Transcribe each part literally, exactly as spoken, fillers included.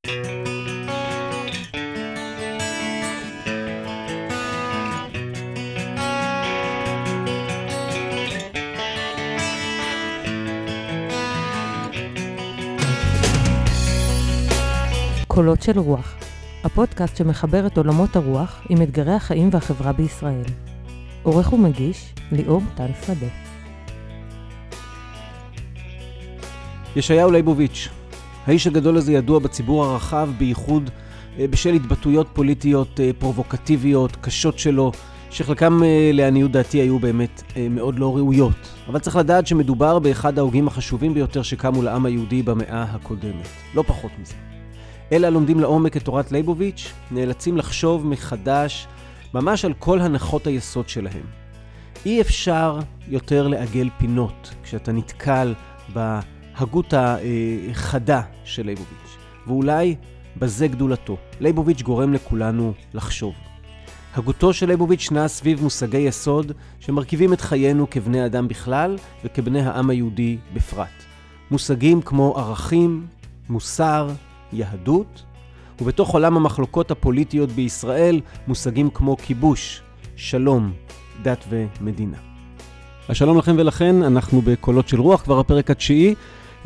קולות של רוח, הפודקאסט שמחבר את עולמות הרוח עם אתגרי החיים והחברה בישראל. עורך ומגיש, ליאור טל שדה. ישעיהו ליבוביץ', האיש הגדול הזה ידוע בציבור הרחב, בייחוד בשל התבטאויות פוליטיות פרובוקטיביות, קשות שלו, שחלקם לעניות דעתי היו באמת מאוד לא ראויות. אבל צריך לדעת שמדובר באחד ההוגים החשובים ביותר שקמו לעם היהודי במאה הקודמת. לא פחות מזה. אלה לומדים לעומק את תורת ליבוביץ' נאלצים לחשוב מחדש ממש על כל הנחות היסוד שלהם. אי אפשר יותר לעגל פינות כשאתה נתקל בהגות החדה של ליבוביץ', ואולי בזה גדולתו. ליבוביץ' גורם לכולנו לחשוב. הגותו של ליבוביץ' נע סביב מושגי יסוד שמרכיבים את חיינו כבני אדם בכלל וכבני העם היהודי בפרט. מושגים כמו ערכים, מוסר, יהדות, ובתוך עולם המחלוקות הפוליטיות בישראל מושגים כמו כיבוש, שלום, דת ומדינה. השלום לכם ולכן, אנחנו בקולות של רוח, כבר הפרק התשיעי.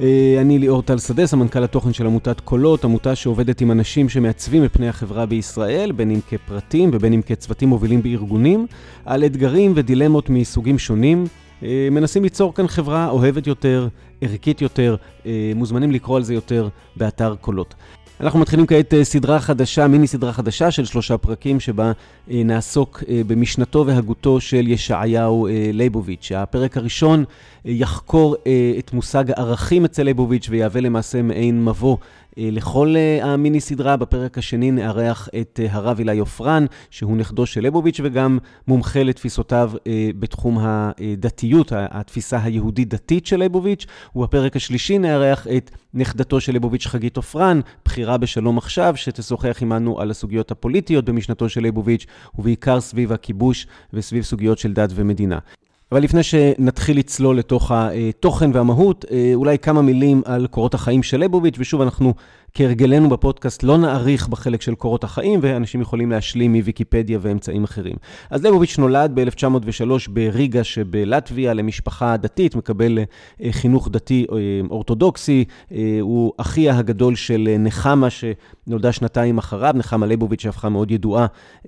אני ליאור טל שדה, סמנכ"ל התוכן של עמותת קולות, עמותה שעובדת עם אנשים שמעצבים את פני החברה בישראל, בין אם כפרטים ובין אם כצוותים מובילים בארגונים, על אתגרים ודילמות מסוגים שונים. מנסים ליצור כאן חברה אוהבת יותר, ערכית יותר, מוזמנים לקרוא על זה יותר באתר קולות. אנחנו מתחילים כעת סדרה חדשה, מיני סדרה חדשה של שלושה פרקים שבה נעסוק במשנתו והגותו של ישעיהו ליבוביץ'. הפרק הראשון יחקור את מושג הערכים אצל ליבוביץ' ויהווה למעשה מעין מבוא לכל המיני סדרה. בפרק השני נארח את הרב אילי עופרן, שהוא נכדו של ליבוביץ' וגם מומחה לתפיסותיו בתחום הדתיות, התפיסה היהודית דתית של ליבוביץ'. ובפרק השלישי נארח את נכדתו של ליבוביץ' חגית עופרן, בחירה בשלום עכשיו, שתשוחח עמנו על הסוגיות הפוליטיות במשנתו של ליבוביץ' ובעיקר סביב הכיבוש וסביב סוגיות של דת ומדינה. אבל לפני שנתחיל לצלול לתוך התוכן והמהות, אולי כמה מילים על קורות החיים של ליבוביץ', ושוב אנחנו כהרגלנו בפודקאסט לא נעריך בחלק של קורות החיים, ואנשים יכולים להשלים מוויקיפדיה ואמצעים אחרים. אז ליבוביץ' נולד ב-אלף תשע מאות ושלוש בריגה שבלטביה למשפחה דתית, מקבל חינוך דתי אורתודוקסי, הוא אחיה הגדול של נחמה שנולדה שנתיים אחריו, נחמה ליבוביץ' שהפכה מאוד ידועה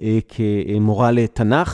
כמורה לתנ"ך.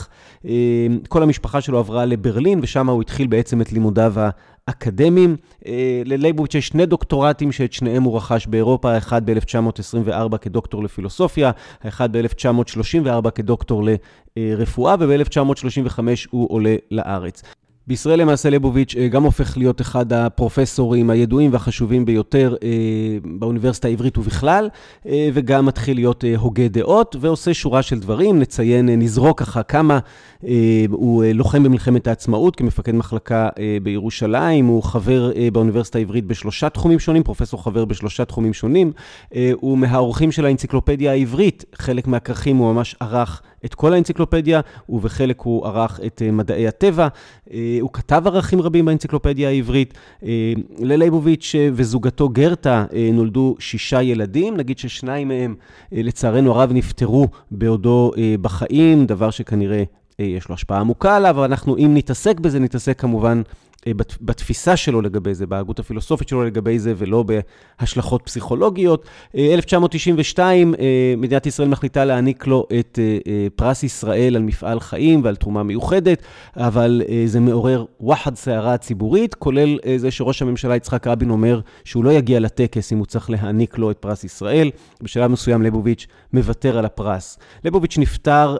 כל המשפחה שלו עברה לברלין, ושם הוא התחיל בעצם את לימודיו אקדמיים. לליבוביץ' יש שני דוקטורטים שאת שניהם הוא רכש באירופה, האחד ב-אלף תשע מאות עשרים וארבע כדוקטור לפילוסופיה, האחד ב-אלף תשע מאות שלושים וארבע כדוקטור לרפואה, וב-אלף תשע מאות שלושים וחמש הוא עולה לארץ. בישראל למעשה ליבוביץ' גם הופך להיות אחד הפרופסורים הידועים והחשובים ביותר באוניברסיטה העברית ובכלל, וגם מתחיל להיות הוגה דעות ועושה שורה של דברים. נציין, נזרוק ככה כמה. הוא לוחם במלחמת העצמאות כמפקד מחלקה בירושלים, הוא חבר באוניברסיטה העברית בשלושה תחומים שונים, פרופסור חבר בשלושה תחומים שונים, הוא מהאורחים של האנציקלופדיה העברית, חלק מהכרכים הוא ממש ערך את כל האנציקלופדיה, ובחלק הוא ערך את מדעי הטבע. הוא כתב ערכים רבים באנציקלופדיה העברית. לליבוביץ' וזוגתו גרטה נולדו שישה ילדים, נגיד ששניים מהם לצערנו הרב נפטרו בעודו בחיים, דבר שכנראה יש לו השפעה עמוקה עליו, אבל אנחנו אם נתעסק בזה, נתעסק כמובן בתפיסה שלו לגבי זה, בהגות הפילוסופית שלו לגבי זה, ולא בהשלכות פסיכולוגיות. אלף תשע מאות תשעים ושתיים, מדינת ישראל מחליטה להעניק לו את פרס ישראל על מפעל חיים ועל תרומה מיוחדת, אבל זה מעורר וחד סערה ציבורית, כולל זה שראש הממשלה יצחק רבין אומר שהוא לא יגיע לטקס אם הוא צריך להעניק לו את פרס ישראל. בשלב מסוים ליבוביץ' מוותר על הפרס. ליבוביץ' נפטר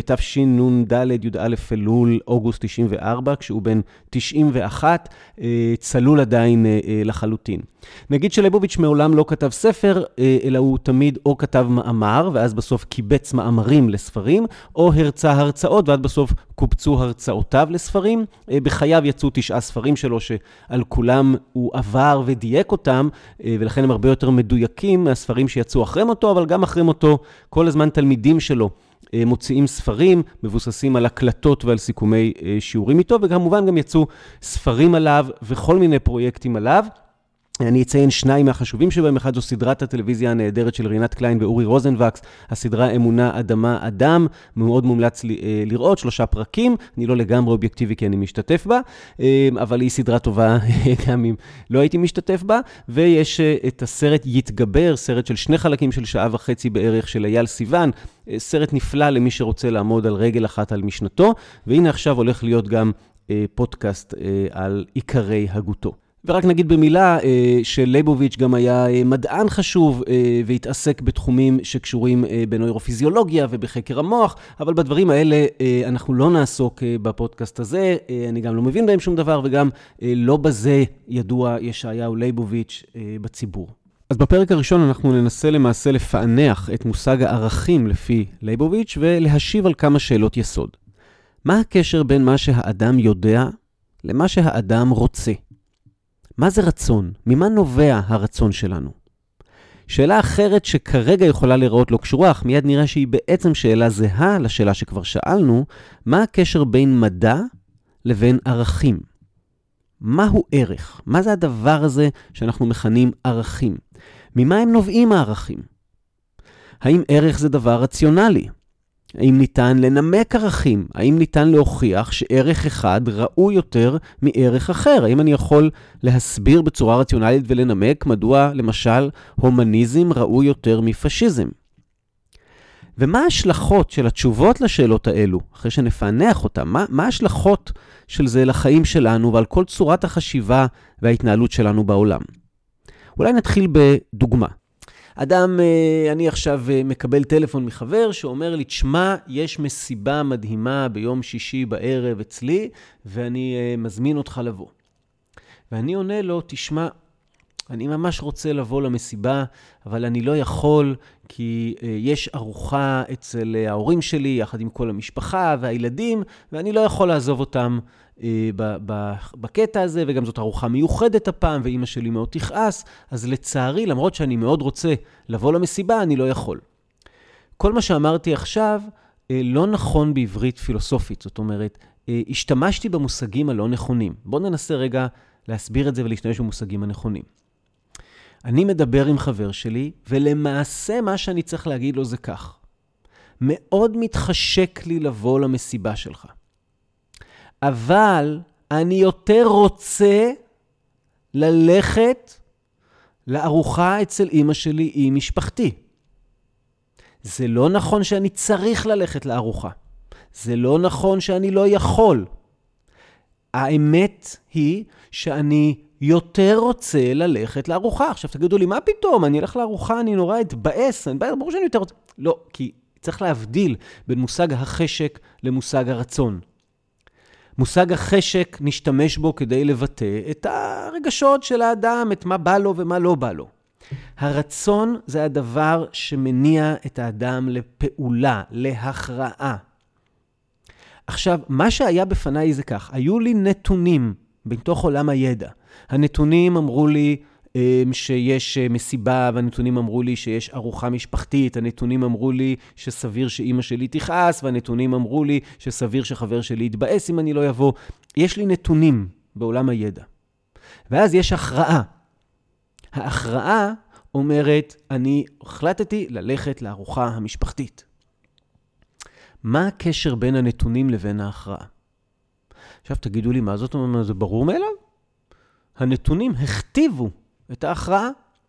בתשנ"ד י"א אלול אוגוסט תשעים וארבע, כשהוא בן תשעים ואחת, צלול עדיין לחלוטין. נגיד שליבוביץ' מעולם לא כתב ספר, אלא הוא תמיד או כתב מאמר, ואז בסוף קיבץ מאמרים לספרים, או הרצה הרצאות, ועד בסוף קובצו הרצאותיו לספרים. בחייו יצאו תשעה ספרים שלו, שעל כולם הוא עבר ודייק אותם, ולכן הם הרבה יותר מדויקים מהספרים שיצאו אחרי מותו, אבל גם אחרי מותו כל הזמן תלמידים שלו מוציאים ספרים, מבוססים על הקלטות ועל סיכומי שיעורים איתו, וכמובן גם יצאו ספרים עליו וכל מיני פרויקטים עליו. אני אציין שניים מהחשובים שבהם, אחד זו סדרת הטלוויזיה הנהדרת של רינת קליין ואורי רוזנבקס, הסדרה אמונה, אדמה, אדם, מאוד מומלץ לראות, שלושה פרקים, אני לא לגמרי אובייקטיבי כי אני משתתף בה, אבל היא סדרה טובה גם אם לא הייתי משתתף בה, ויש את הסרט יתגבר, סרט של שני חלקים של שעה וחצי בערך של אייל סיוון, סרט נפלא למי שרוצה לעמוד על רגל אחת על משנתו, והנה עכשיו הולך להיות גם פודקאסט על עיקרי הגותו. ורק נגיד במילה שלייבוביץ' גם היה מדען חשוב והתעסק בתחומים שקשורים בנוירופיזיולוגיה ובחקר המוח, אבל בדברים האלה אנחנו לא נעסוק בפודקאסט הזה, אני גם לא מבין בהם שום דבר וגם לא בזה ידוע ישעיהו לייבוביץ' בציבור. אז בפרק הראשון אנחנו ננסה למעשה לפענח את מושג הערכים לפי לייבוביץ' ולהשיב על כמה שאלות יסוד. מה הקשר בין מה שהאדם יודע למה שהאדם רוצה? מה זה רצון? ממה נובע הרצון שלנו? שאלה אחרת שכרגע יכולה לראות לא קשורה, אך מיד נראה שהיא בעצם שאלה זהה לשאלה שכבר שאלנו, מה הקשר בין מדע לבין ערכים? מהו ערך? מה זה הדבר הזה שאנחנו מכנים ערכים? ממה הם נובעים הערכים? האם ערך זה דבר רציונלי? האם ניתן לנמק ערכים? האם ניתן להוכיח שערך אחד ראוי יותר מערך אחר? האם אני יכול להסביר בצורה רציונלית ולנמק מדוע למשל הומניזם ראוי יותר מפשיזם? ומה ההשלכות של התשובות לשאלות האלו, אחרי שנפענח אותם? מה, מה ההשלכות של זה לחיים שלנו ועל כל צורת החשיבה וההתנהלות שלנו בעולם? אולי נתחיל בדוגמה. אדם, אני עכשיו מקבל טלפון מחבר שאומר לי, תשמע, יש מסיבה מדהימה ביום שישי בערב אצלי, ואני מזמין אותך לבוא. ואני עונה לו, תשמע, אני ממש רוצה לבוא למסיבה, אבל אני לא יכול, כי יש ארוחה אצל ההורים שלי, יחד עם כל המשפחה והילדים, ואני לא יכול לעזוב אותם בקטע הזה, וגם זאת ארוחה מיוחדת הפעם, ואמא שלי מאוד תכעס, אז לצערי, למרות שאני מאוד רוצה לבוא למסיבה, אני לא יכול. כל מה שאמרתי עכשיו לא נכון בעברית פילוסופית, זאת אומרת, השתמשתי במושגים הלא נכונים. בואו ננסה רגע להסביר את זה ולהשתמש במושגים הנכונים. אני מדבר עם חבר שלי, ולמעשה מה שאני צריך להגיד לו זה כך. מאוד מתחשק לי לבוא למסיבה שלך. אבל אני יותר רוצה ללכת לארוחה אצל אמא שלי עם משפחתי. זה לא נכון שאני צריך ללכת לארוחה. זה לא נכון שאני לא יכול. האמת היא שאני יותר רוצה ללכת לארוחה. עכשיו תגידו לי, מה פתאום? אני אלך לארוחה, אני נורא אתבאס. אני ברור שאני יותר רוצה. לא, כי צריך להבדיל בין מושג החשק למושג הרצון. מושג החשק נשתמש בו כדי לבטא את הרגשות של האדם, את מה בא לו ומה לא בא לו. הרצון זה הדבר שמניע את האדם לפעולה, להכרעה. עכשיו, מה שהיה בפניי זה כך, היו לי נתונים בתוך עולם הידע. הנתונים אמרו לי שיש מסיבה, והנתונים אמרו לי שיש ארוחה משפחתית, הנתונים אמרו לי שסביר שאמא שלי תכעס, והנתונים אמרו לי שסביר שחבר שלי יתבאס אם אני לא יבוא. יש לי נתונים בעולם הידע. ואז יש הכרעה. ההכרעה אומרת, אני החלטתי ללכת לארוחה המשפחתית. מה הקשר בין הנתונים לבין ההכרעה? עכשיו תגידו לי, מה זאת אומרת? זה ברור מאליו? הנתונים הכתיבו את ההכרעה.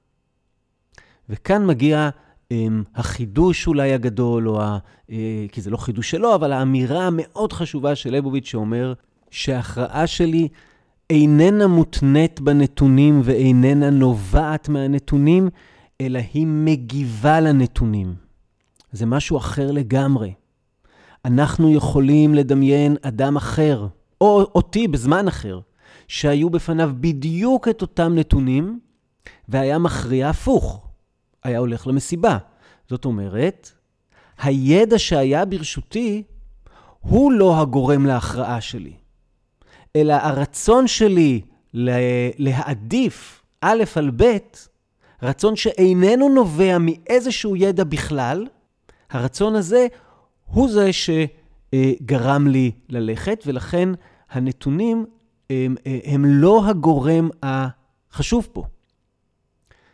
וכאן מגיע um, החידוש אולי הגדול, או ה, uh, כי זה לא חידוש שלו, אבל האמירה המאוד חשובה של לייבוביץ' שאומר שההכרעה שלי איננה מותנית בנתונים ואיננה נובעת מהנתונים, אלא היא מגיבה לנתונים. זה משהו אחר לגמרי. אנחנו יכולים לדמיין אדם אחר, או אותי בזמן אחר, שהיו בפניו בדיוק את אותם נתונים, והיה מכריע הפוך. היה הולך למסיבה. זאת אומרת, הידע שהיה ברשותי, הוא לא הגורם להכרעה שלי. אלא הרצון שלי להעדיף א' על ב', רצון שאיננו נובע מאיזשהו ידע בכלל, הרצון הזה הוא זה שגרם לי ללכת, ולכן הנתונים הם, הם לא הגורם החשוב פה.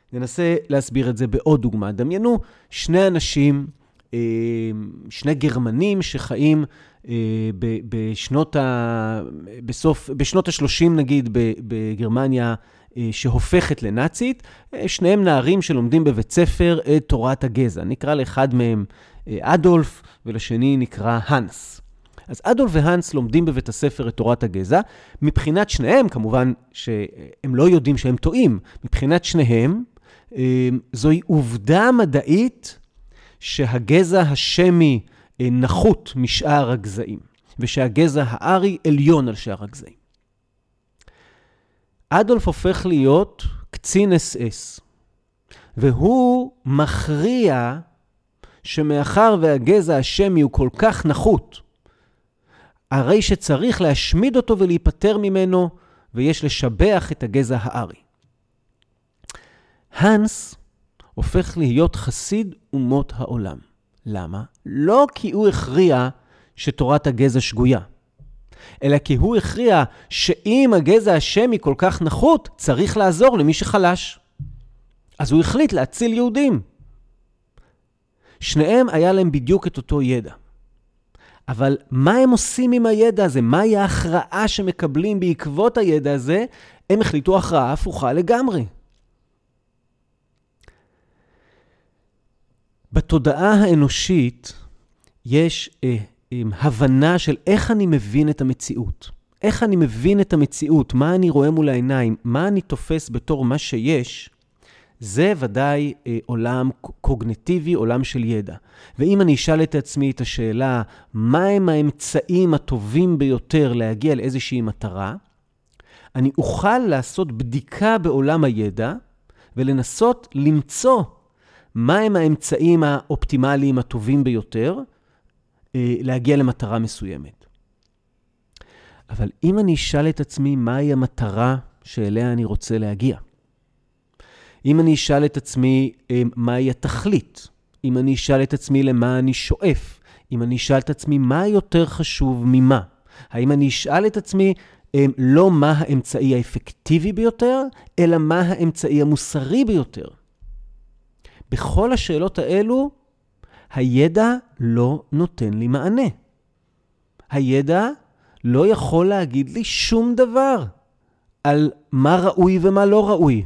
ננסה להסביר את זה בעוד דוגמה. דמיינו שני אנשים, שני גרמנים שחיים בשנות ה... בסוף, בשנות ה-שלושים נגיד בגרמניה שהופכת לנאצית, שניהם נערים שלומדים בבית ספר את תורת הגזע. נקרא לאחד מהם אדולף ולשני נקרא הנס. אז אדולף והנס לומדים בבית הספר את תורת הגזע. מבחינת שניהם, כמובן שהם לא יודעים שהם טועים, מבחינת שניהם, זוהי עובדה מדעית שהגזע השמי נחות משאר הגזעים, ושהגזע הארי עליון על שאר הגזעים. אדולף הופך להיות קצין אס אס, והוא מכריע שמאחר והגזע השמי הוא כל כך נחות, הרי שצריך להשמיד אותו ולהיפטר ממנו, ויש לשבח את הגזע הארי. הנס הופך להיות חסיד אומות העולם. למה? לא כי הוא הכריע שתורת הגזע שגויה, אלא כי הוא הכריע שאם הגזע השמי כל כך נחות, צריך לעזור למי שחלש. אז הוא החליט להציל יהודים. שניהם היה להם בדיוק את אותו ידע. אבל מה הם עושים עם הידע הזה? מהי ההכרעה שמקבלים בעקבות הידע הזה? הם החליטו הכרעה הפוכה לגמרי. בתודעה האנושית יש אה, אה, הבנה של איך אני מבין את המציאות. איך אני מבין את המציאות, מה אני רואה מול העיניים, מה אני תופס בתור מה שיש, זה ודאי אה, עולם קוגניטיבי, עולם של ידע. ואם אני אשאל את עצמי את השאלה, מה הם האמצעים הטובים ביותר להגיע לאיזושהי מטרה, אני אוכל לעשות בדיקה בעולם הידע, ולנסות למצוא מה הם האמצעים האופטימליים הטובים ביותר אה, להגיע למטרה מסוימת. אבל אם אני אשאל את עצמי מהי המטרה שאליה אני רוצה להגיע, אם אני אשאל את עצמי אה, מהי התכלית, אם אני אשאל את עצמי למה אני שואף, אם אני אשאל את עצמי מה יותר חשוב ממה, האם אני אשאל את עצמי אה, לא מה האמצעי האפקטיבי ביותר, אלא מה האמצעי המוסרי ביותר. בכל השאלות האלו, הידע לא נותן לי מענה. הידע לא יכול להגיד לי שום דבר על מה ראוי ומה לא ראוי.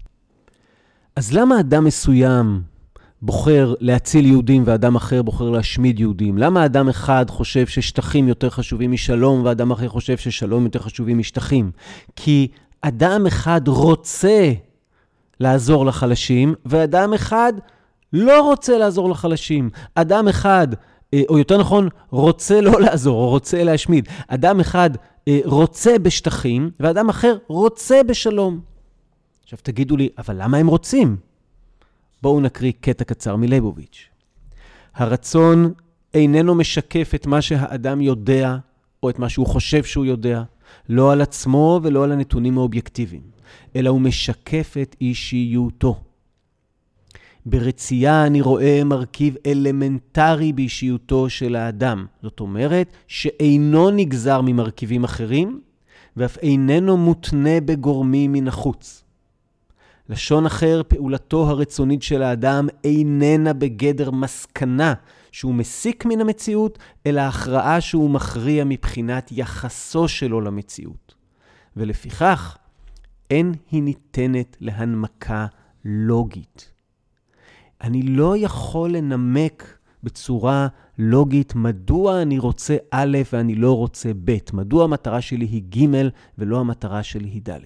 אז למה אדם מסוים בוחר להציל יהודים ואדם אחר בוחר להשמיד יהודים? למה אדם אחד חושב ששטחים יותר חשובים משלום ואדם אחר חושב ששלום יותר חשובים משטחים? כי אדם אחד רוצה לעזור לחלשים, ואדם אחד לא רוצה לעזור לחלשים. אדם אחד, או יותר נכון, רוצה לא לעזור, או רוצה להשמיד. אדם אחד רוצה בשטחים, ואדם אחר רוצה בשלום. עכשיו תגידו לי, אבל למה הם רוצים? בואו נקריא קטע קצר מלייבוביץ'. הרצון איננו משקף את מה שהאדם יודע, או את מה שהוא חושב שהוא יודע, לא על עצמו ולא על הנתונים האובייקטיביים, אלא הוא משקף את אישיותו. ברצייה אני רואה מרכיב אלמנטרי באישיותו של האדם. זאת אומרת שאינו נגזר ממרכיבים אחרים, ואף איננו מותנה בגורמים מן החוץ. לשון אחר, פעולתו הרצונית של האדם איננה בגדר מסקנה שהוא מסיק מן המציאות, אלא הכרעה שהוא מכריע מבחינת יחסו שלו למציאות. ולפיכך, אין היא ניתנת להנמקה לוגית. אני לא יכול לנמק בצורה לוגית מדוע אני רוצה א' ואני לא רוצה ב', מדוע המטרה שלי היא ג' ולא המטרה שלי היא ד'.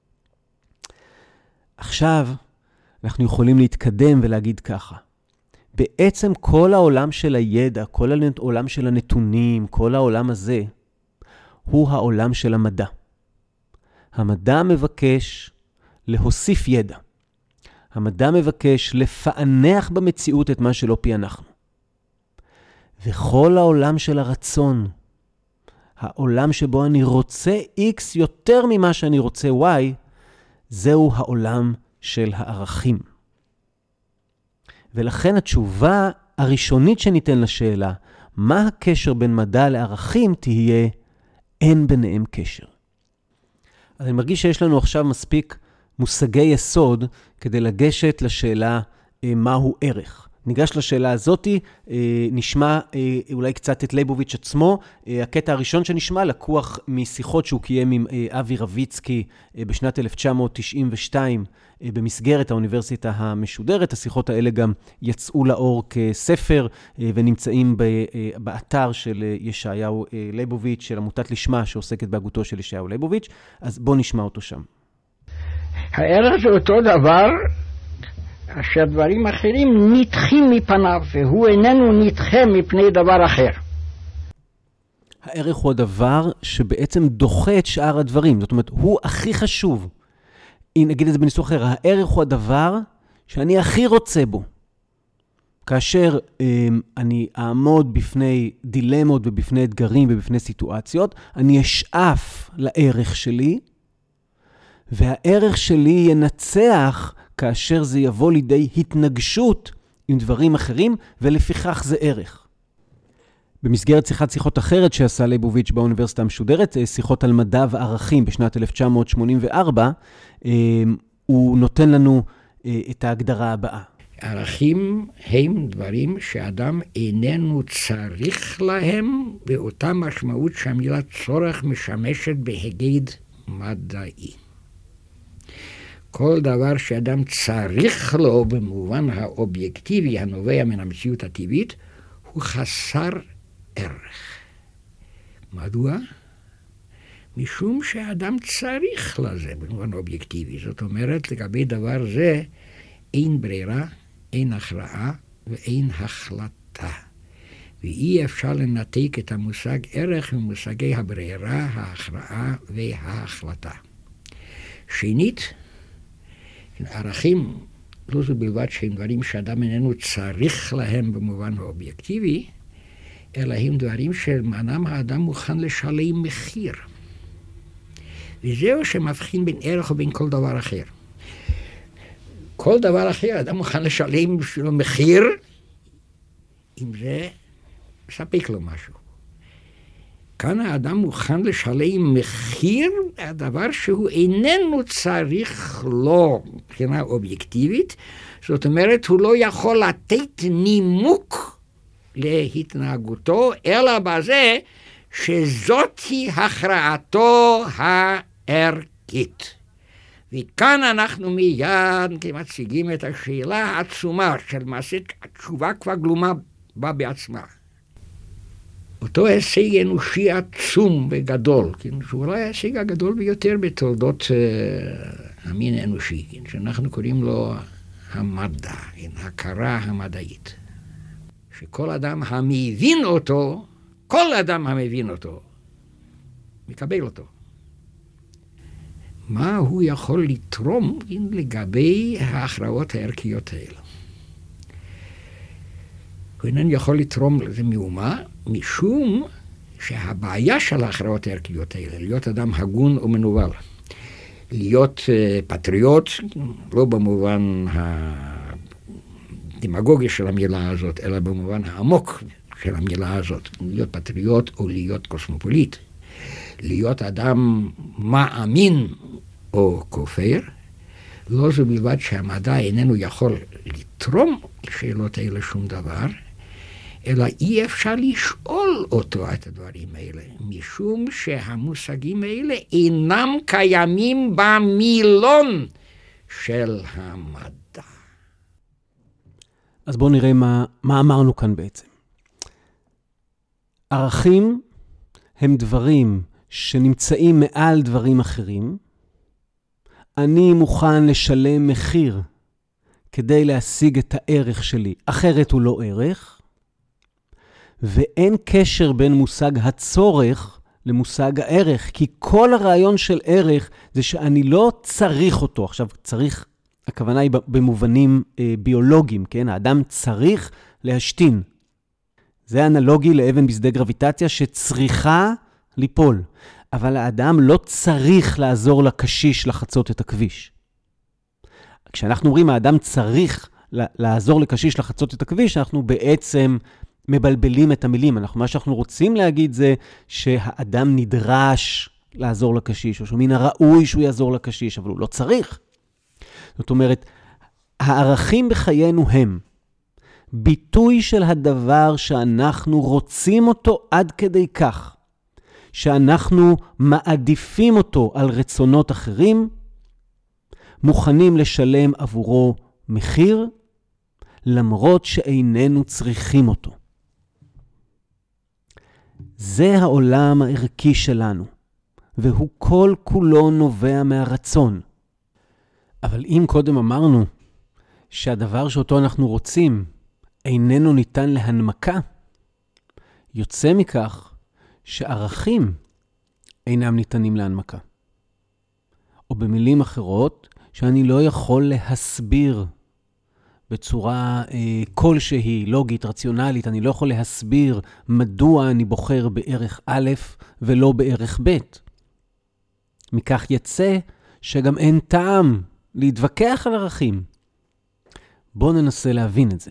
עכשיו אנחנו יכולים להתקדם ולהגיד ככה. בעצם כל העולם של הידע, כל העולם של הנתונים, כל העולם הזה, הוא העולם של המדע. המדע מבקש להוסיף ידע. המדע מבקש לפענח במציאות את מה שלא פענחנו. וכל העולם של הרצון, העולם שבו אני רוצה X יותר ממה שאני רוצה Y, זהו העולם של הערכים. ולכן התשובה הראשונית שניתן לשאלה, מה הקשר בין מדע לערכים, תהיה אין ביניהם קשר. אז אני מרגיש שיש לנו עכשיו מספיק מושגי יסוד כדי לגשת לשאלה מהו ערך. ניגש לשאלה הזאת, נשמע אולי קצת את ליבוביץ' עצמו. הקטע הראשון שנשמע לקוח משיחות שהוא קיים עם אבי רביצקי בשנת אלף תשע מאות תשעים ושתיים במסגרת האוניברסיטה המשודרת. השיחות האלה גם יצאו לאור כספר ונמצאים באתר של ישעיהו ליבוביץ' של עמותת לשמה שעוסקת בהגותו של ישעיהו ליבוביץ'. אז בוא נשמע אותו שם. הערך זה אותו דבר אשר דברים אחרים נדחים מפניו, והוא איננו נדחה מפני דבר אחר. הערך הוא הדבר שבעצם דוחה את שאר הדברים. זאת אומרת, הוא הכי חשוב. אם נגיד את זה בניסוח אחר, הערך הוא הדבר שאני הכי רוצה בו. כאשר אה, אני אעמוד בפני דילמות ובפני אתגרים ובפני סיטואציות, אני אשאף לערך שלי, והערך שלי ינצח כאשר זה יבוא לידי התנגשות עם דברים אחרים, ולפיכך זה ערך. במסגרת שיחת שיחות אחרת שעשה ליבוביץ' באוניברסיטה המשודרת, שיחות על מדע וערכים בשנת אלף תשע מאות שמונים וארבע, הוא נותן לנו את ההגדרה הבאה. ערכים הם דברים שאדם איננו צריך להם, באותה משמעות שהמילה צורך משמשת בהיגד מדעי. כל דבר שאדם צריך לו במובן האובייקטיבי הנובע מן המציאות הטבעית, הוא חסר ערך. מדוע? משום שהאדם צריך לזה במובן אובייקטיבי. זאת אומרת, לגבי דבר זה אין ברירה, אין הכרעה ואין החלטה. ואי אפשר לנתק את המושג ערך ממושגי הברירה, ההכרעה וההחלטה. שנית, ערכים, לא זו בלבד שהם דברים שאדם איננו צריך להם במובן האובייקטיבי, אלא הם דברים שלמענם האדם מוכן לשלם מחיר. וזהו שמבחין בין ערך ובין כל דבר אחר. כל דבר אחר, האדם מוכן לשלם בשבילו מחיר, אם זה מספק לו משהו. כאן האדם מוכן לשלם מחיר, הדבר שהוא איננו צריך לו מבחינה אובייקטיבית, זאת אומרת, הוא לא יכול לתת נימוק להתנהגותו, אלא בזה שזאת היא הכרעתו הערכית. וכאן אנחנו מיד מציגים את השאלה העצומה של מעשה, התשובה כבר גלומה בה בעצמה. אותו הישג אנושי עצום וגדול, כן, שהוא אולי ההישג הגדול ביותר בתולדות uh, המין האנושי, כן, שאנחנו קוראים לו המדע, כן, הכרה המדעית. שכל אדם המבין אותו, כל אדם המבין אותו, מקבל אותו. מה הוא יכול לתרום כן, לגבי ההכרעות הערכיות האלה? הוא איננו יכול לתרום לזה מאומה, משום שהבעיה של ההכרעות הערכיות האלה, להיות אדם הגון ומנוול, להיות uh, פטריוט, לא במובן הדמגוגי של המילה הזאת, אלא במובן העמוק של המילה הזאת, להיות פטריוט או להיות קוסמופוליט, להיות אדם מאמין או כופר, לא זו בלבד שהמדע איננו יכול לתרום לשאלות האלה שום דבר, אלא אי אפשר לשאול אותו את הדברים האלה, משום שהמושגים האלה אינם קיימים במילון של המדע. אז בואו נראה מה, מה אמרנו כאן בעצם. ערכים הם דברים שנמצאים מעל דברים אחרים. אני מוכן לשלם מחיר כדי להשיג את הערך שלי, אחרת הוא לא ערך. ואין קשר בין מושג הצורך למושג הערך, כי כל הרעיון של ערך זה שאני לא צריך אותו. עכשיו, צריך, הכוונה היא במובנים אה, ביולוגיים, כן? האדם צריך להשתין. זה אנלוגי לאבן בשדה גרביטציה שצריכה ליפול. אבל האדם לא צריך לעזור לקשיש לחצות את הכביש. כשאנחנו אומרים האדם צריך לעזור לקשיש לחצות את הכביש, אנחנו בעצם מבלבלים את המילים. אנחנו, מה שאנחנו רוצים להגיד זה שהאדם נדרש לעזור לקשיש, או שמן הראוי שהוא יעזור לקשיש, אבל הוא לא צריך. זאת אומרת, הערכים בחיינו הם ביטוי של הדבר שאנחנו רוצים אותו עד כדי כך, שאנחנו מעדיפים אותו על רצונות אחרים, מוכנים לשלם עבורו מחיר, למרות שאיננו צריכים אותו. זה העולם הערכי שלנו, והוא כל כולו נובע מהרצון. אבל אם קודם אמרנו שהדבר שאותו אנחנו רוצים איננו ניתן להנמקה, יוצא מכך שערכים אינם ניתנים להנמקה. או במילים אחרות, שאני לא יכול להסביר בצורה אה, כלשהי, לוגית, רציונלית, אני לא יכול להסביר מדוע אני בוחר בערך א' ולא בערך ב'. מכך יצא שגם אין טעם להתווכח על ערכים. בואו ננסה להבין את זה.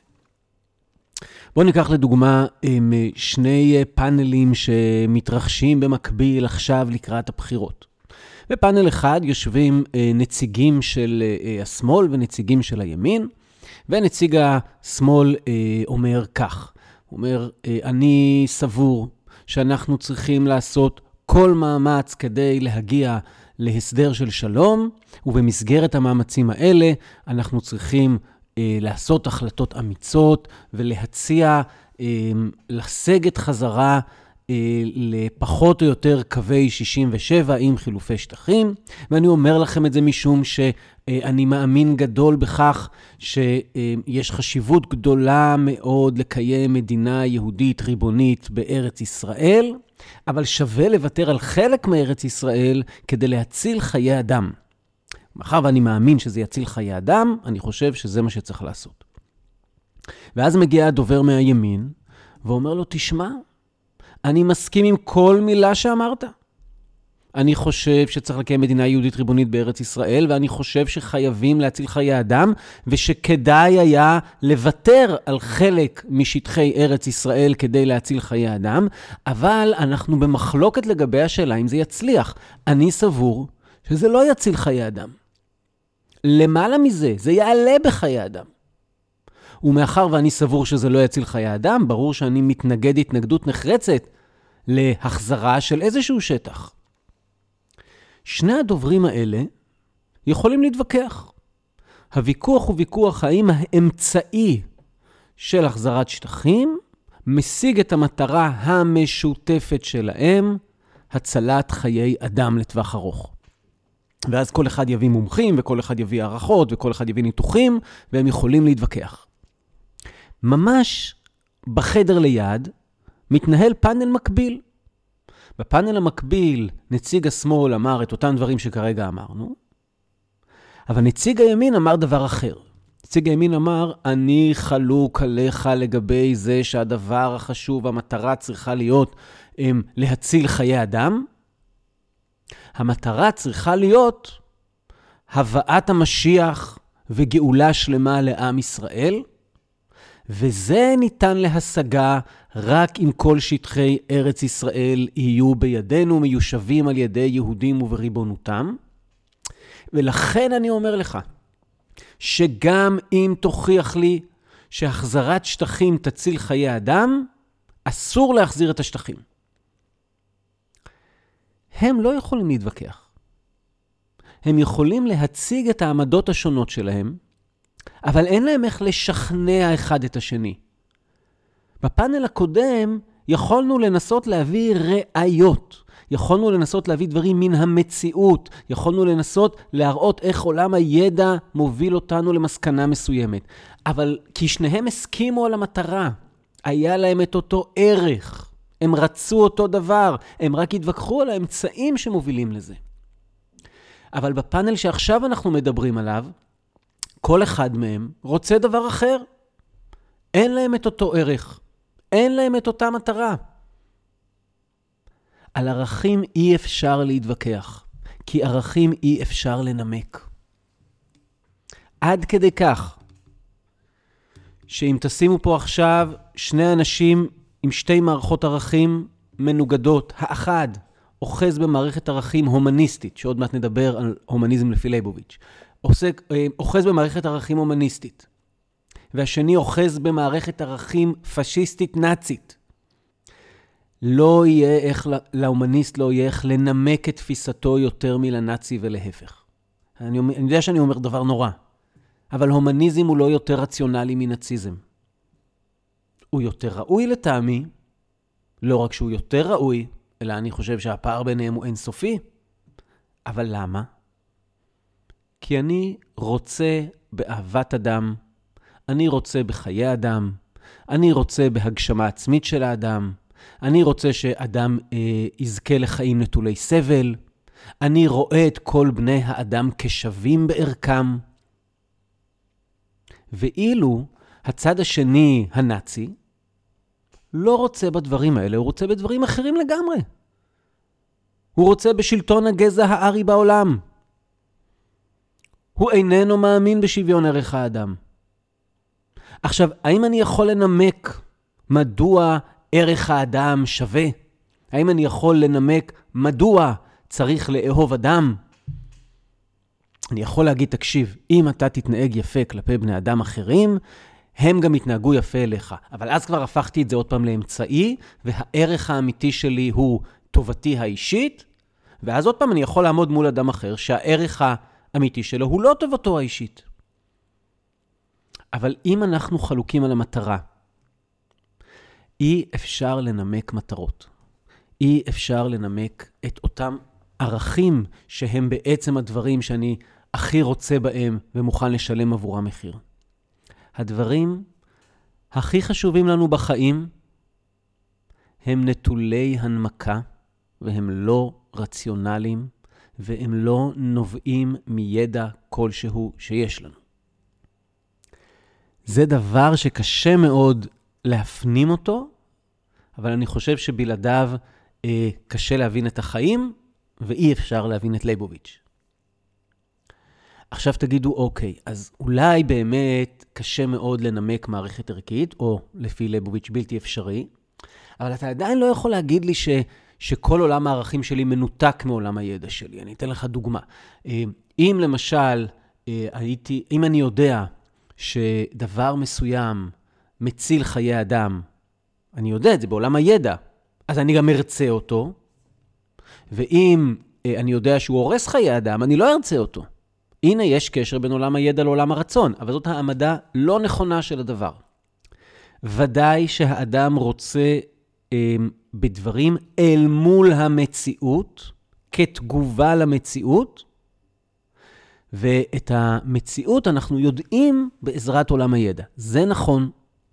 בואו ניקח לדוגמה שני פאנלים שמתרחשים במקביל עכשיו לקראת הבחירות. בפאנל אחד יושבים נציגים של השמאל ונציגים של הימין, ונציג השמאל אומר כך, הוא אומר, אני סבור שאנחנו צריכים לעשות כל מאמץ כדי להגיע להסדר של שלום, ובמסגרת המאמצים האלה אנחנו צריכים אה, לעשות החלטות אמיצות ולהציע אה, לסגת חזרה אה, לפחות או יותר קווי שישים ושבע עם חילופי שטחים, ואני אומר לכם את זה משום שאני מאמין גדול בכך שיש חשיבות גדולה מאוד לקיים מדינה יהודית ריבונית בארץ ישראל, אבל שווה לוותר על חלק מארץ ישראל כדי להציל חיי אדם. מאחר ואני מאמין שזה יציל חיי אדם, אני חושב שזה מה שצריך לעשות. ואז מגיע הדובר מהימין, ואומר לו, תשמע, אני מסכים עם כל מילה שאמרת. אני חושב שצריך לקיים מדינה יהודית ריבונית בארץ ישראל, ואני חושב שחייבים להציל חיי אדם, ושכדאי היה לוותר על חלק משטחי ארץ ישראל כדי להציל חיי אדם, אבל אנחנו במחלוקת לגבי השאלה אם זה יצליח. אני סבור שזה לא יציל חיי אדם. למעלה מזה, זה יעלה בחיי אדם. ומאחר ואני סבור שזה לא יציל חיי אדם, ברור שאני מתנגד התנגדות נחרצת להחזרה של איזשהו שטח. שני הדוברים האלה יכולים להתווכח. הוויכוח הוא ויכוח האם האמצעי של החזרת שטחים משיג את המטרה המשותפת שלהם, הצלת חיי אדם לטווח ארוך. ואז כל אחד יביא מומחים, וכל אחד יביא הערכות, וכל אחד יביא ניתוחים, והם יכולים להתווכח. ממש בחדר ליד מתנהל פאנל מקביל. בפאנל המקביל נציג השמאל אמר את אותם דברים שכרגע אמרנו, אבל נציג הימין אמר דבר אחר. נציג הימין אמר, אני חלוק עליך לגבי זה שהדבר החשוב, המטרה צריכה להיות הם, להציל חיי אדם. המטרה צריכה להיות הבאת המשיח וגאולה שלמה לעם ישראל, וזה ניתן להשגה רק אם כל שטחי ארץ ישראל יהיו בידינו, מיושבים על ידי יהודים ובריבונותם. ולכן אני אומר לך, שגם אם תוכיח לי שהחזרת שטחים תציל חיי אדם, אסור להחזיר את השטחים. הם לא יכולים להתווכח. הם יכולים להציג את העמדות השונות שלהם, אבל אין להם איך לשכנע אחד את השני. בפאנל הקודם יכולנו לנסות להביא ראיות, יכולנו לנסות להביא דברים מן המציאות, יכולנו לנסות להראות איך עולם הידע מוביל אותנו למסקנה מסוימת. אבל כי שניהם הסכימו על המטרה, היה להם את אותו ערך, הם רצו אותו דבר, הם רק התווכחו על האמצעים שמובילים לזה. אבל בפאנל שעכשיו אנחנו מדברים עליו, כל אחד מהם רוצה דבר אחר. אין להם את אותו ערך. אין להם את אותה מטרה. על ערכים אי אפשר להתווכח, כי ערכים אי אפשר לנמק. עד כדי כך, שאם תשימו פה עכשיו שני אנשים עם שתי מערכות ערכים מנוגדות, האחד אוחז במערכת ערכים הומניסטית, שעוד מעט נדבר על הומניזם לפי ליבוביץ', עוסק, אוחז במערכת ערכים הומניסטית, והשני אוחז במערכת ערכים פשיסטית נאצית. לא יהיה איך, להומניסט לא יהיה איך לנמק את תפיסתו יותר מלנאצי ולהפך. אני, אני יודע שאני אומר דבר נורא, אבל הומניזם הוא לא יותר רציונלי מנאציזם. הוא יותר ראוי לטעמי, לא רק שהוא יותר ראוי, אלא אני חושב שהפער ביניהם הוא אינסופי. אבל למה? כי אני רוצה באהבת אדם, אני רוצה בחיי אדם, אני רוצה בהגשמה עצמית של האדם, אני רוצה שאדם אה, יזכה לחיים נטולי סבל, אני רואה את כל בני האדם כשווים בערכם. ואילו הצד השני, הנאצי, לא רוצה בדברים האלה, הוא רוצה בדברים אחרים לגמרי. הוא רוצה בשלטון הגזע הארי בעולם. הוא איננו מאמין בשוויון ערך האדם. עכשיו, האם אני יכול לנמק מדוע ערך האדם שווה? האם אני יכול לנמק מדוע צריך לאהוב אדם? אני יכול להגיד, תקשיב, אם אתה תתנהג יפה כלפי בני אדם אחרים, הם גם יתנהגו יפה אליך. אבל אז כבר הפכתי את זה עוד פעם לאמצעי, והערך האמיתי שלי הוא טובתי האישית, ואז עוד פעם אני יכול לעמוד מול אדם אחר, שהערך האמיתי שלו הוא לא טובתו האישית. אבל אם אנחנו חלוקים על המטרה, אי אפשר לנמק מטרות. אי אפשר לנמק את אותם ערכים שהם בעצם הדברים שאני הכי רוצה בהם ומוכן לשלם עבורם מחיר. הדברים הכי חשובים לנו בחיים הם נטולי הנמקה, והם לא רציונליים, והם לא נובעים מידע כלשהו שיש לנו. זה דבר שקשה מאוד להפנים אותו, אבל אני חושב שבלעדיו אה, קשה להבין את החיים, ואי אפשר להבין את ליבוביץ'. עכשיו תגידו, אוקיי, אז אולי באמת קשה מאוד לנמק מערכת ערכית, או לפי ליבוביץ' בלתי אפשרי, אבל אתה עדיין לא יכול להגיד לי ש, שכל עולם הערכים שלי מנותק מעולם הידע שלי. אני אתן לך דוגמה. אם למשל, הייתי, אם אני יודע שדבר מסוים מציל חיי אדם, אני יודע את זה בעולם הידע, אז אני גם ארצה אותו, ואם אני יודע שהוא הורס חיי אדם, אני לא ארצה אותו. הנה יש קשר בין עולם הידע לעולם הרצון, אבל זאת העמדה לא נכונה של הדבר. ודאי שהאדם רוצה אה, בדברים אל מול המציאות, כתגובה למציאות, ואת המציאות אנחנו יודעים בעזרת עולם הידע. זה נכון.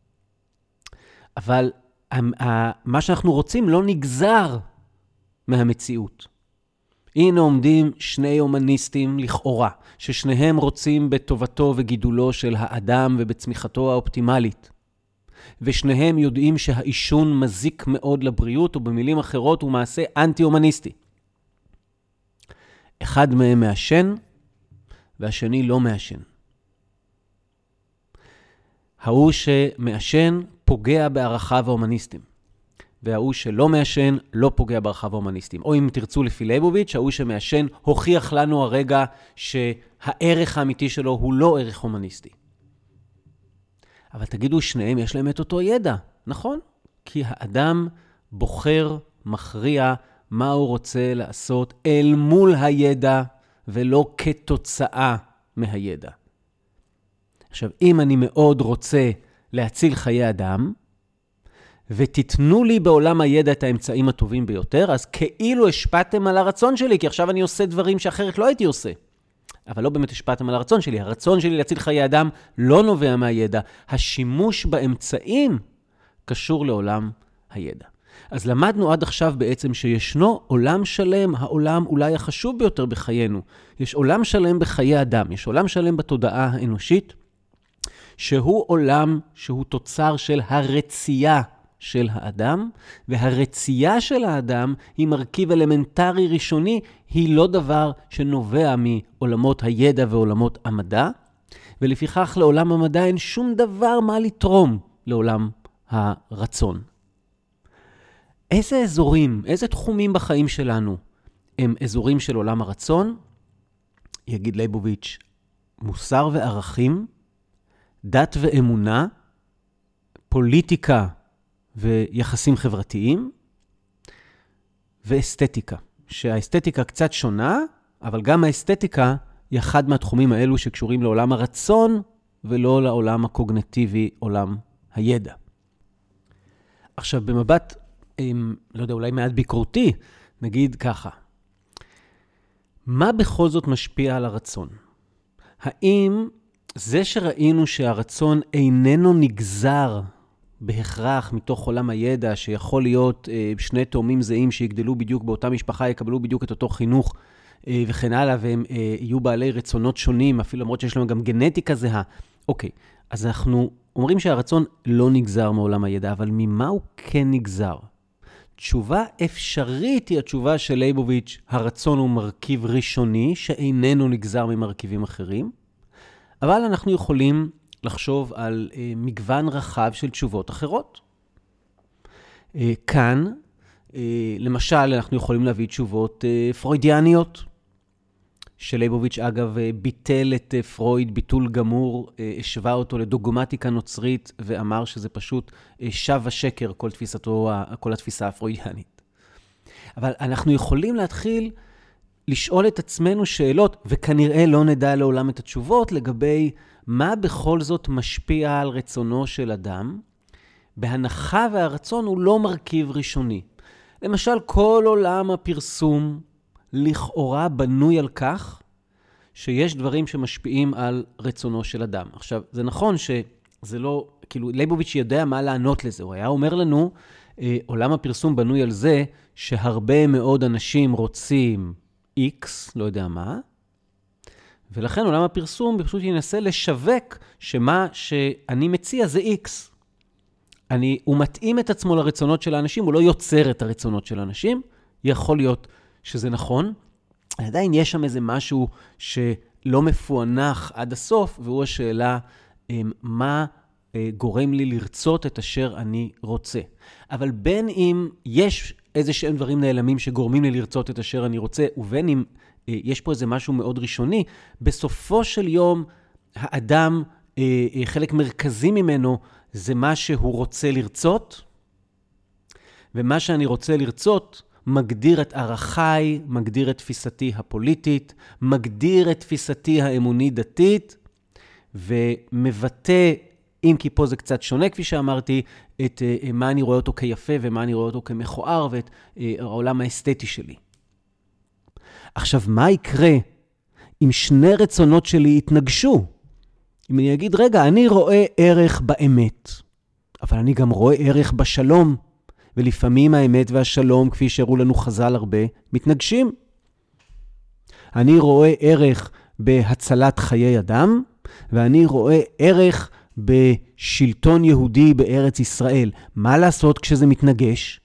אבל מה שאנחנו רוצים לא נגזר מהמציאות. הנה עומדים שני הומניסטים לכאורה, ששניהם רוצים בטובתו וגידולו של האדם ובצמיחתו האופטימלית. ושניהם יודעים שהאישון מזיק מאוד לבריאות, ובמילים אחרות הוא מעשה אנטי-הומניסטי. אחד מהם מעשן, והשני לא מעשן. ההוא שמעשן פוגע בערכיו ההומניסטיים. וההוא שלא מעשן לא פוגע בערכיו ההומניסטיים. או אם תרצו לפי ליבוביץ', ההוא שמעשן הוכיח לנו הרגע שהערך האמיתי שלו הוא לא ערך הומניסטי. אבל תגידו, שניהם יש להם את אותו ידע, נכון? כי האדם בוחר, מכריע מה הוא רוצה לעשות אל מול הידע ולא כתוצאה מהידע. עכשיו, אם אני מאוד רוצה להציל חיי אדם, ותתנו לי בעולם הידע את האמצעים הטובים ביותר, אז כאילו השפעתם על הרצון שלי, כי עכשיו אני עושה דברים שאחרת לא הייתי עושה. אבל לא באמת השפעתם על הרצון שלי. הרצון שלי להציל חיי אדם לא נובע מהידע. השימוש באמצעים קשור לעולם הידע. אז למדנו עד עכשיו בעצם שישנו עולם שלם, העולם אולי החשוב ביותר בחיינו. יש עולם שלם בחיי אדם, יש עולם שלם בתודעה האנושית, שהוא עולם שהוא תוצר של הרצייה של האדם, והרצייה של האדם היא מרכיב אלמנטרי ראשוני, היא לא דבר שנובע מעולמות הידע ועולמות המדע, ולפיכך לעולם המדע אין שום דבר מה לתרום לעולם הרצון. איזה אזורים, איזה תחומים בחיים שלנו הם אזורים של עולם הרצון? יגיד ליבוביץ', מוסר וערכים, דת ואמונה, פוליטיקה ויחסים חברתיים, ואסתטיקה. שהאסתטיקה קצת שונה, אבל גם האסתטיקה היא אחד מהתחומים האלו שקשורים לעולם הרצון, ולא לעולם הקוגניטיבי, עולם הידע. עכשיו, במבט, לא יודע, אולי מעט ביקורתי, נגיד ככה. מה בכל זאת משפיע על הרצון? האם זה שראינו שהרצון איננו נגזר בהכרח מתוך עולם הידע, שיכול להיות שני תאומים זהים שיגדלו בדיוק באותה משפחה, יקבלו בדיוק את אותו חינוך וכן הלאה, והם יהיו בעלי רצונות שונים, אפילו למרות שיש להם גם גנטיקה זהה. אוקיי, אז אנחנו אומרים שהרצון לא נגזר מעולם הידע, אבל ממה הוא כן נגזר? תשובה אפשרית היא התשובה של ליבוביץ', הרצון הוא מרכיב ראשוני, שאיננו נגזר ממרכיבים אחרים, אבל אנחנו יכולים לחשוב על אה, מגוון רחב של תשובות אחרות. אה, כאן, אה, למשל, אנחנו יכולים להביא תשובות אה, פרוידיאניות, שליבוביץ' אגב אה, ביטל את אה, פרויד, ביטול גמור, אה, השווה אותו לדוגמטיקה נוצרית, ואמר שזה פשוט אה, שב השקר, כל תפיסתו, כל התפיסה הפרוידיאנית. אבל אנחנו יכולים להתחיל לשאול את עצמנו שאלות, וכנראה לא נדע לעולם את התשובות, לגבי מה בכל זאת משפיע על רצונו של אדם, בהנחה והרצון הוא לא מרכיב ראשוני. למשל, כל עולם הפרסום לכאורה בנוי על כך, שיש דברים שמשפיעים על רצונו של אדם. עכשיו, זה נכון שזה לא, כאילו, ליבוביץ' יודע מה לענות לזה. הוא היה אומר לנו, אה, עולם הפרסום בנוי על זה, שהרבה מאוד אנשים רוצים X, לא יודע מה, ולכן עולם הפרסום פשוט ינסה לשווק שמה שאני מציע זה X. אני, הוא מתאים את עצמו לרצונות של האנשים, הוא לא יוצר את הרצונות של האנשים. יכול להיות שזה נכון. עדיין יש שם איזה משהו שלא מפוענח עד הסוף, והוא השאלה מה גורם לי לרצות את אשר אני רוצה. אבל בין אם יש איזה שהם דברים נעלמים שגורמים לי לרצות את אשר אני רוצה, ובין אם יש פה איזה משהו מאוד ראשוני, בסופו של יום האדם, חלק מרכזי ממנו, זה מה שהוא רוצה לרצות, ומה שאני רוצה לרצות מגדיר את ערכיי, מגדיר את תפיסתי הפוליטית, מגדיר את תפיסתי האמונית-דתית, ומבטא, אם כי פה זה קצת שונה, כפי שאמרתי, את מה אני רואה אותו כיפה ומה אני רואה אותו כמכוער, ואת העולם האסתטי שלי. עכשיו, מה יקרה אם שני רצונות שלי יתנגשו? אם אני אגיד, רגע, אני רואה ערך באמת, אבל אני גם רואה ערך בשלום, ולפעמים האמת והשלום, כפי שהראו לנו חז"ל הרבה, מתנגשים. אני רואה ערך בהצלת חיי אדם, ואני רואה ערך בשלטון יהודי בארץ ישראל. מה לעשות כשזה מתנגש?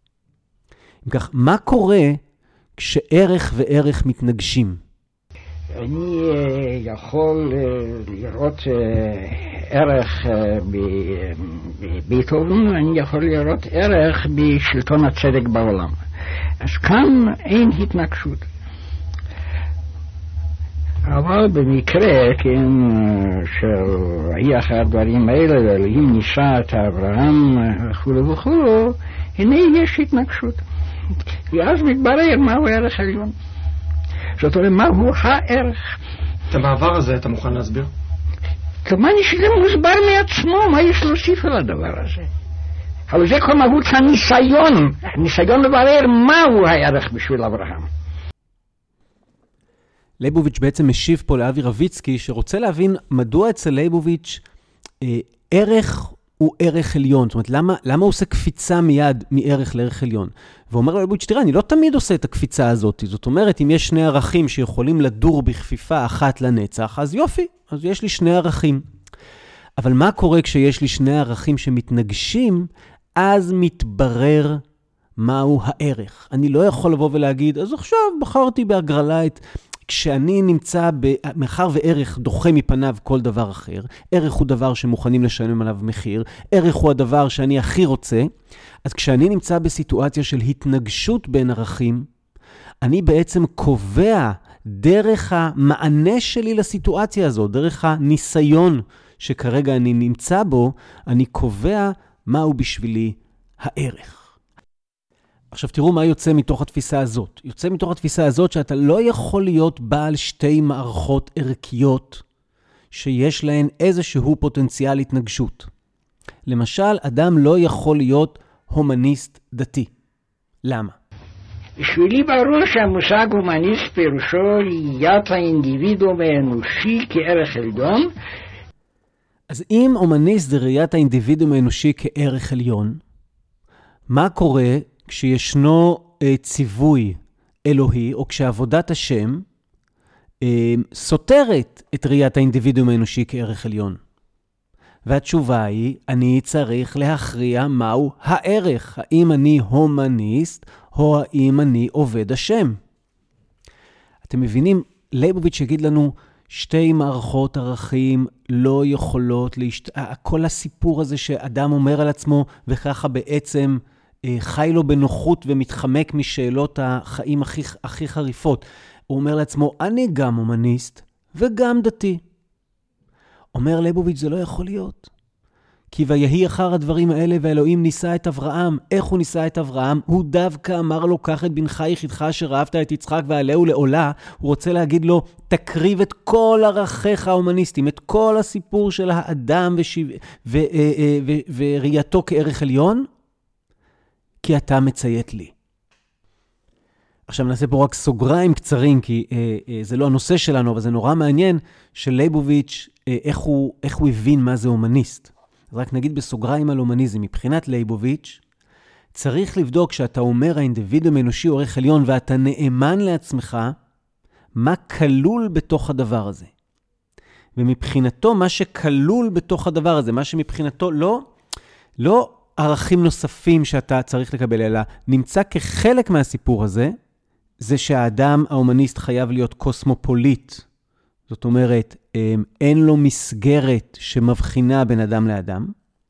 אם כך, מה קורה כשערך וערך מתנגשים? אני יכול לראות ערך בבייטהובן, אני יכול לראות ערך בשלטון הצדק בעולם. אז כאן אין התנגשות. אבל במקרה, כן, של אחרי הדברים האלה, אלוהים ניסה את אברהם וכו' וכו', הנה יש התנגשות. ואז מתברר מהו הערך העליון. זאת אומרת, מהו הערך? את המעבר הזה אתה מוכן להסביר? כמובן שזה מוסבר מעצמו, מה יש להוסיף על הדבר הזה? אבל זה כל מהות הניסיון, הניסיון לברר מהו הערך בשביל אברהם. ליבוביץ' בעצם משיב פה לאבי רביצקי, שרוצה להבין מדוע אצל ליבוביץ' אה, ערך הוא ערך עליון. זאת אומרת, למה, למה הוא עושה קפיצה מיד מערך לערך עליון? ואומר ליבוביץ', תראה, אני לא תמיד עושה את הקפיצה הזאת. זאת אומרת, אם יש שני ערכים שיכולים לדור בכפיפה אחת לנצח, אז יופי, אז יש לי שני ערכים. אבל מה קורה כשיש לי שני ערכים שמתנגשים? אז מתברר מהו הערך. אני לא יכול לבוא ולהגיד, אז עכשיו בחרתי בהגרלה את... כשאני נמצא, מאחר וערך דוחה מפניו כל דבר אחר, ערך הוא דבר שמוכנים לשלם עליו מחיר, ערך הוא הדבר שאני הכי רוצה, אז כשאני נמצא בסיטואציה של התנגשות בין ערכים, אני בעצם קובע דרך המענה שלי לסיטואציה הזו, דרך הניסיון שכרגע אני נמצא בו, אני קובע מהו בשבילי הערך. עכשיו תראו מה יוצא מתוך התפיסה הזאת. יוצא מתוך התפיסה הזאת שאתה לא יכול להיות בעל שתי מערכות ערכיות שיש להן איזשהו פוטנציאל התנגשות. למשל, אדם לא יכול להיות הומניסט דתי. למה? בשבילי ברור שהמושג הומניסט פירושו ראיית האינדיבידואום האנושי כערך עליון. אז אם הומניסט זה ראיית האינדיבידואום האנושי כערך עליון, מה קורה כשישנו אה, ציווי אלוהי, או כשעבודת השם אה, סותרת את ראיית האינדיבידואום האנושי כערך עליון? והתשובה היא, אני צריך להכריע מהו הערך. האם אני הומניסט, או האם אני עובד השם? אתם מבינים, ליבוביץ' יגיד לנו, שתי מערכות ערכים לא יכולות להשת... כל הסיפור הזה שאדם אומר על עצמו, וככה בעצם אה, חי לו בנוחות ומתחמק משאלות החיים הכי, הכי חריפות. הוא אומר לעצמו, אני גם הומניסט וגם דתי. אומר ליבוביץ', זה לא יכול להיות. כי ויהי אחר הדברים האלה, ואלוהים ניסה את אברהם. איך הוא ניסה את אברהם? הוא דווקא אמר לו, קח את בנך יחידך אשר אהבת את יצחק ועלהו לעולה. הוא רוצה להגיד לו, תקריב את כל ערכיך ההומניסטיים, את כל הסיפור של האדם ושיו... ו... ו... ו... וראייתו כערך עליון, כי אתה מציית לי. עכשיו נעשה פה רק סוגריים קצרים, כי אה, אה, זה לא הנושא שלנו, אבל זה נורא מעניין של ליבוביץ' אה, איך, הוא, איך הוא הבין מה זה הומניסט. אז רק נגיד בסוגריים על הומניזם, מבחינת ליבוביץ', צריך לבדוק שאתה אומר האינדיבידואום האנושי הוא ערך עליון, ואתה נאמן לעצמך, מה כלול בתוך הדבר הזה. ומבחינתו, מה שכלול בתוך הדבר הזה, מה שמבחינתו לא, לא ערכים נוספים שאתה צריך לקבל, אלא נמצא כחלק מהסיפור הזה, זה שהאדם ההומניסט חייב להיות קוסמופוליט. זאת אומרת, אין לו מסגרת שמבחינה בין אדם לאדם.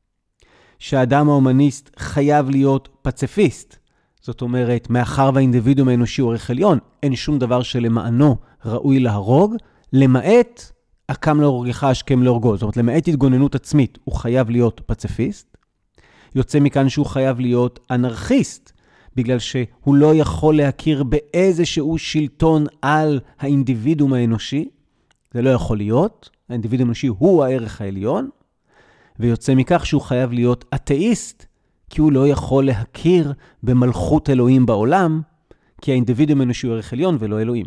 שהאדם ההומניסט חייב להיות פציפיסט. זאת אומרת, מאחר והאינדיבידואום האנושי הוא ערך עליון, אין שום דבר שלמענו ראוי להרוג, למעט הקם להורגך השכם להורגו. זאת אומרת, למעט התגוננות עצמית, הוא חייב להיות פציפיסט. יוצא מכאן שהוא חייב להיות אנרכיסט, בגלל שהוא לא יכול להכיר באיזשהו שלטון על האינדיבידואום האנושי. זה לא יכול להיות. האינדיבידואום האנושי הוא הערך העליון, ויוצא מכך שהוא חייב להיות אתאיסט, כי הוא לא יכול להכיר במלכות אלוהים בעולם, כי האינדיבידואום האנושי הוא ערך עליון ולא אלוהים.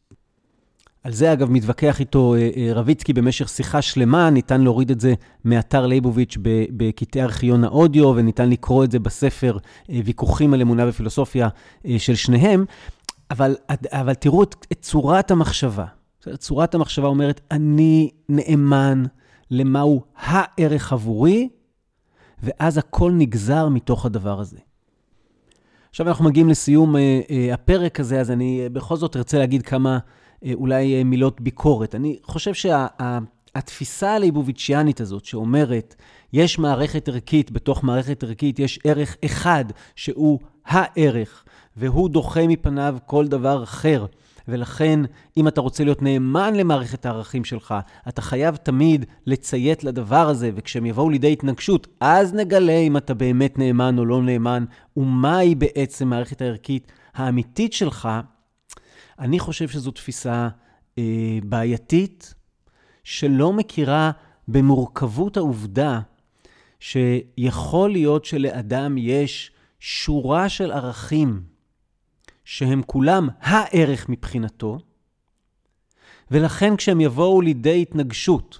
על זה אגב מתווכח איתו רביצקי במשך שיחה שלמה, ניתן להוריד את זה מאתר ליבוביץ' בקטעי ארכיון האודיו, וניתן לקרוא את זה בספר ויכוחים על אמונה ופילוסופיה של שניהם, אבל, אבל תראו את, את צורת המחשבה. צורת המחשבה אומרת, אני נאמן למהו הערך עבורי, ואז הכל נגזר מתוך הדבר הזה. עכשיו אנחנו מגיעים לסיום הפרק הזה, אז אני בכל זאת רוצה להגיד כמה אולי מילות ביקורת. אני חושב שהתפיסה הליבוביציאנית הזאת שאומרת, יש מערכת ערכית, בתוך מערכת ערכית יש ערך אחד שהוא הערך, והוא דוחה מפניו כל דבר אחר. ולכן, אם אתה רוצה להיות נאמן למערכת הערכים שלך, אתה חייב תמיד לציית לדבר הזה, וכשהם יבואו לידי התנגשות, אז נגלה אם אתה באמת נאמן או לא נאמן, ומהי בעצם מערכת הערכית האמיתית שלך. אני חושב שזו תפיסה אה, בעייתית, שלא מכירה במורכבות העובדה, שיכול להיות שלאדם יש שורה של ערכים, שהם כולם הערך מבחינתו, ולכן כשהם יבואו לידי התנגשות,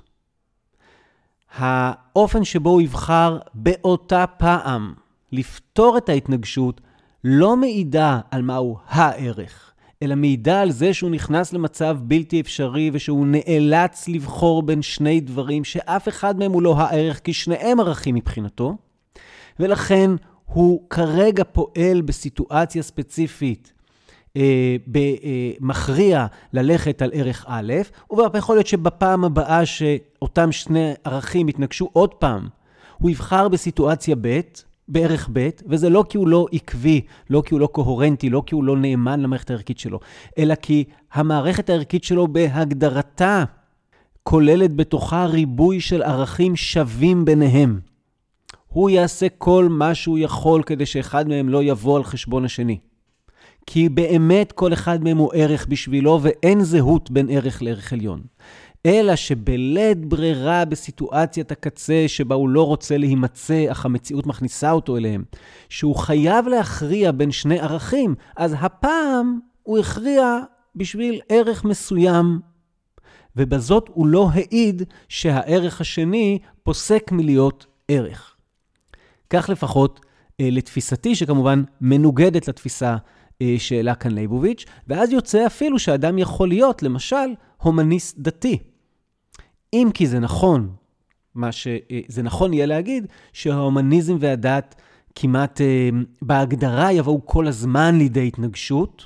האופן שבו הוא יבחר באותה פעם לפתור את ההתנגשות, לא מעידה על מהו הערך, אלא מעידה על זה שהוא נכנס למצב בלתי אפשרי, ושהוא נאלץ לבחור בין שני דברים, שאף אחד מהם הוא לא הערך, כי שניהם ערכים מבחינתו, ולכן הוא כרגע פועל בסיטואציה ספציפית, אה, במכריע ללכת על ערך א', ויכול להיות שבפעם הבאה שאותם שני ערכים יתנגשו עוד פעם, הוא יבחר בסיטואציה ב', בערך ב', וזה לא כי הוא לא עקבי, לא כי הוא לא קוהרנטי, לא כי הוא לא נאמן למערכת הערכית שלו, אלא כי המערכת הערכית שלו בהגדרתה כוללת בתוכה ריבוי של ערכים שווים ביניהם. הוא יעשה כל מה שהוא יכול כדי שאחד מהם לא יבוא על חשבון השני. כי באמת כל אחד מהם הוא ערך בשבילו, ואין זהות בין ערך לערך עליון. אלא שבלית ברירה בסיטואציית הקצה שבה הוא לא רוצה להימצא, אך המציאות מכניסה אותו אליהם, שהוא חייב להכריע בין שני ערכים, אז הפעם הוא הכריע בשביל ערך מסוים, ובזאת הוא לא העיד שהערך השני פוסק מלהיות ערך. כך לפחות לתפיסתי, שכמובן מנוגדת לתפיסה שאלה כאן ליבוביץ', ואז יוצא אפילו שאדם יכול להיות, למשל, הומניסט דתי. אם כי זה נכון, מה שזה נכון יהיה להגיד, שההומניזם והדת כמעט בהגדרה יבואו כל הזמן לידי התנגשות,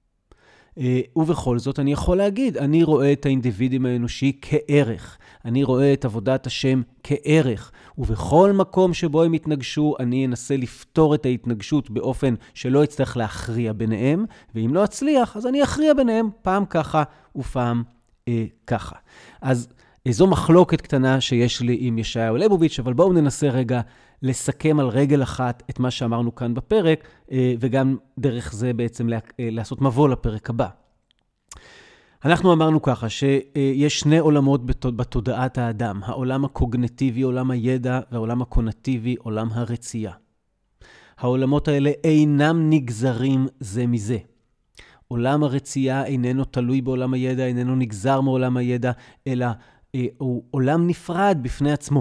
ובכל זאת אני יכול להגיד, אני רואה את האינדיבידים האנושי כערך, אני רואה את עבודת השם כערך, ובכל מקום שבו הם יתנגשו, אני אנסה לפתור את ההתנגשות באופן שלא אצטרך להכריע ביניהם, ואם לא אצליח, אז אני אכריע ביניהם פעם ככה ופעם אה, ככה. אז זו מחלוקת קטנה שיש לי עם ישעיהו ליבוביץ', אבל בואו ננסה רגע לסכם על רגל אחת את מה שאמרנו כאן בפרק, וגם דרך זה בעצם לעשות מבוא לפרק הבא. אנחנו אמרנו ככה, שיש שני עולמות בתודעת האדם, העולם הקוגניטיבי, עולם הידע, והעולם הקונטיבי, עולם הרצייה. העולמות האלה אינם נגזרים זה מזה. עולם הרצייה איננו תלוי בעולם הידע, איננו נגזר מעולם הידע, אלא הוא עולם נפרד בפני עצמו.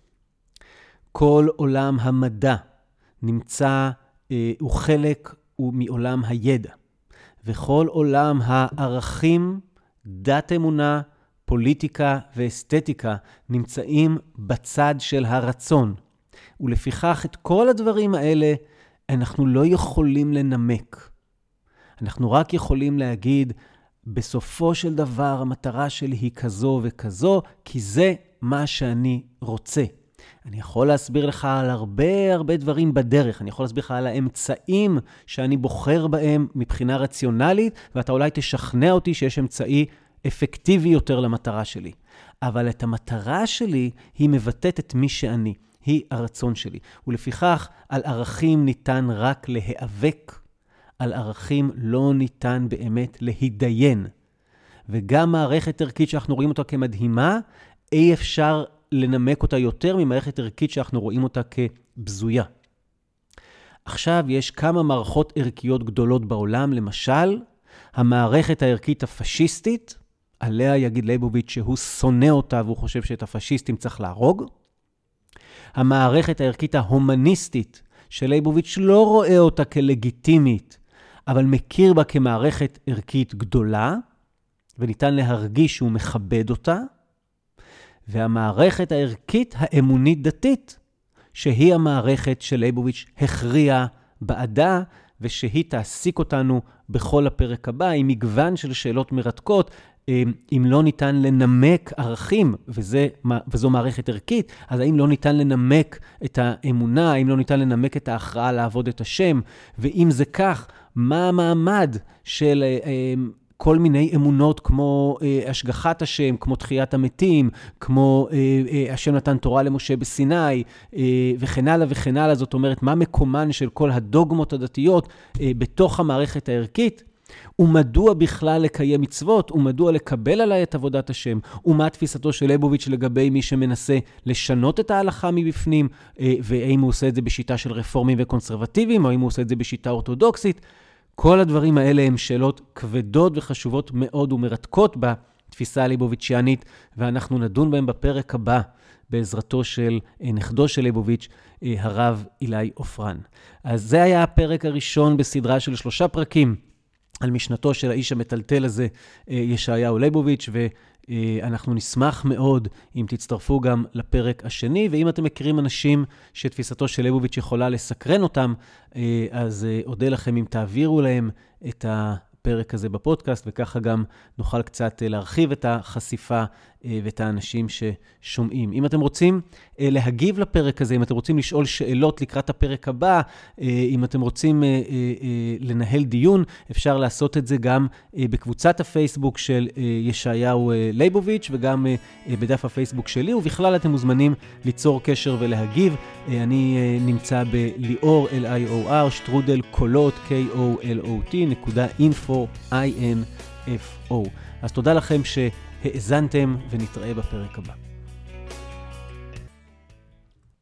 כל עולם המדע נמצא, הוא חלק מעולם הידע. וכל עולם הערכים, דת אמונה, פוליטיקה ואסתטיקה נמצאים בצד של הרצון. ולפיכך את כל הדברים האלה אנחנו לא יכולים לנמק. אנחנו רק יכולים להגיד, בסופו של דבר המטרה שלי היא כזו וכזו, כי זה מה שאני רוצה. אני יכול להסביר לך על הרבה הרבה דברים בדרך, אני יכול להסביר לך על האמצעים שאני בוחר בהם מבחינה רציונלית, ואתה אולי תשכנע אותי שיש אמצעי אפקטיבי יותר למטרה שלי. אבל את המטרה שלי היא מבטאת את מי שאני, היא הרצון שלי. ולפיכך על ערכים ניתן רק להיאבק, על ערכים לא ניתן באמת להידיין. וגם מערכת ערכית שאנחנו רואים אותה כמדהימה, אי אפשר לנמק אותה יותר ממערכת ערכית שאנחנו רואים אותה כבזויה. עכשיו יש כמה מערכות ערכיות גדולות בעולם, למשל, המערכת הערכית הפשיסטית, עליה יגיד ליבוביץ' שהוא שונא אותה והוא חושב שאת הפשיסטים צריך להרוג. המערכת הערכית ההומניסטית, שליבוביץ' לא רואה אותה כלגיטימית, אבל מכיר בה כמערכת ערכית גדולה, וניתן להרגיש שהוא מכבד אותה. והמערכת הערכית האמונית דתית, שהיא המערכת שליבוביץ' הכריע בעדה, ושהיא תעסיק אותנו בכל הפרק הבא, עם מגוון של שאלות מרתקות, אם לא ניתן לנמק ערכים, וזה, וזו מערכת ערכית, אז האם לא ניתן לנמק את האמונה, האם לא ניתן לנמק את ההכרעה לעבוד את השם, ואם זה כך, מה המעמד של כל מיני אמונות כמו אה, השגחת השם, כמו תחיית המתים, כמו אה, אה, השם נתן תורה למשה בסיני, אה, וכן הלאה וכן הלאה. זאת אומרת, מה מקומן של כל הדוגמות הדתיות אה, בתוך המערכת הערכית? ומדוע בכלל לקיים מצוות? ומדוע לקבל עליי את עבודת השם? ומה תפיסתו של ליבוביץ' לגבי מי שמנסה לשנות את ההלכה מבפנים? אה, והאם הוא עושה את זה בשיטה של רפורמים וקונסרבטיביים, או האם הוא עושה את זה בשיטה אורתודוקסית? כל הדברים האלה הם שאלות כבדות וחשובות מאוד ומרתקות בתפיסה הליבוביץ'יאנית, ואנחנו נדון בהם בפרק הבא בעזרתו של נכדו של ליבוביץ', הרב אילי עופרן. אז זה היה הפרק הראשון בסדרה של שלושה פרקים על משנתו של האיש המטלטל הזה, ישעיהו ליבוביץ', ואנחנו נשמח מאוד אם תצטרפו גם לפרק השני, ואם אתם מכירים אנשים שתפיסתו של ליבוביץ' יכולה לסקרן אותם, אז אודה לכם אם תעבירו להם את הפרק הזה בפודקאסט, וככה גם נוכל קצת להרחיב את החשיפה ואת האנשים ששומעים. אם אתם רוצים להגיב לפרק הזה, אם אתם רוצים לשאול שאלות לקראת הפרק הבא, אם אתם רוצים לנהל דיון, אפשר לעשות את זה גם בקבוצת הפייסבוק של ישעיהו ליבוביץ' וגם בדף הפייסבוק שלי, ובכלל אתם מוזמנים ליצור קשר ולהגיב. אני נמצא בליאור, L I O R, שטרודל קולות, K O L O T, נקודה info, I N F O. אז תודה לכם שהאזנתם ונתראה בפרק הבא.